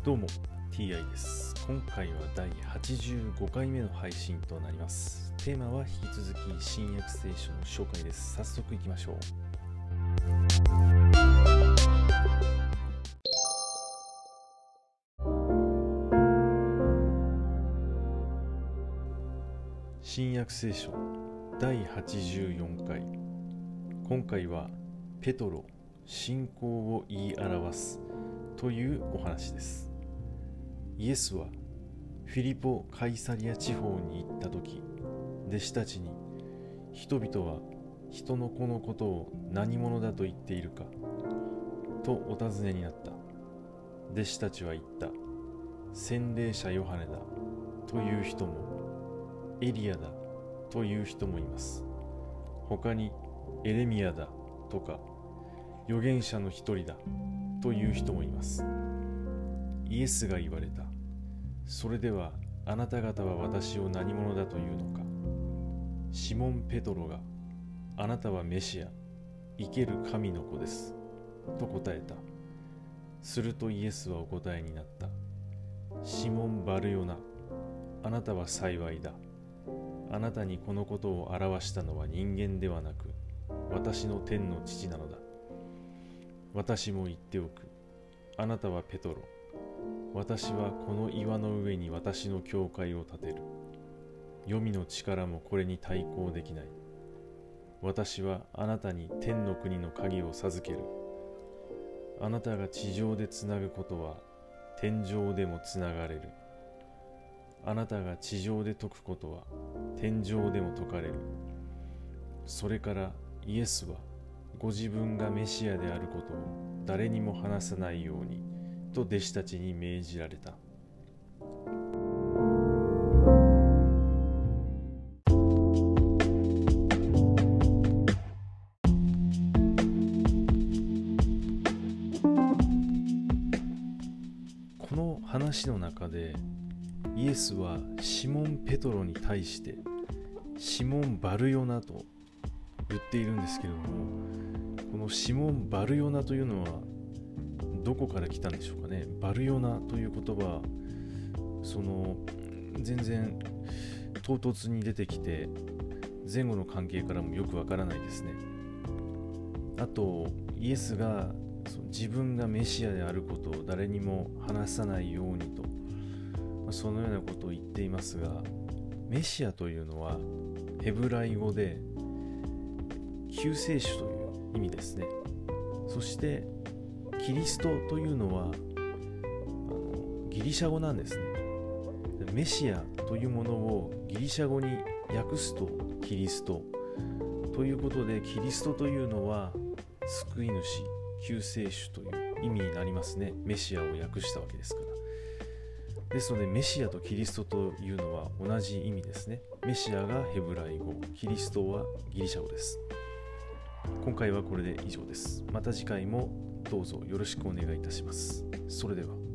どうも TI です。今回は第85回目の配信となります。テーマは引き続き新約聖書の紹介です。早速いきましょう。新約聖書第84回。今回はペトロ信仰を言い表すというお話です。イエスはフィリポ・カイサリア地方に行ったとき、弟子たちに、人々は人の子のことを何者だと言っているかとお尋ねになった。弟子たちは言った。洗礼者ヨハネだという人も、エリアだという人もいます。他にエレミヤだとか、預言者の一人だという人もいます。イエスが言われた。それではあなた方は私を何者だというのか。シモン・ペトロが、あなたはメシア、生ける神の子です、と答えた。するとイエスはお答えになった。シモン・バルヨナ、あなたは幸いだ。あなたにこのことを表したのは人間ではなく、私の天の父なのだ。私も言っておく。あなたはペトロ。私はこの岩の上に私の教会を建てる。黄泉の力もこれに対抗できない。私はあなたに天の国の鍵を授ける。あなたが地上でつなぐことは天上でもつながれる。あなたが地上で解くことは天上でも解かれる。それからイエスはご自分がメシアであることを誰にも話さないようにと弟子たちに命じられた。この話の中でイエスはシモン・ペトロに対してシモン・バルヨナと言っているんですけれども、このシモン・バルヨナというのはどこから来たんでしょうかね。バルヨナという言葉、全然唐突に出てきて、前後の関係からもよくわからないですね。あとイエスが自分がメシアであることを誰にも話さないようにと、そのようなことを言っていますが、メシアというのはヘブライ語で救世主という意味ですね。そしてキリストというのはギリシャ語なんですね。メシアというものをギリシャ語に訳すとキリストということで、キリストというのは救い主、救世主という意味になりますね。メシアを訳したわけですから。ですのでメシアとキリストというのは同じ意味ですね。メシアがヘブライ語、キリストはギリシャ語です。今回はこれで以上です。また次回もどうぞよろしくお願いいたします。それでは。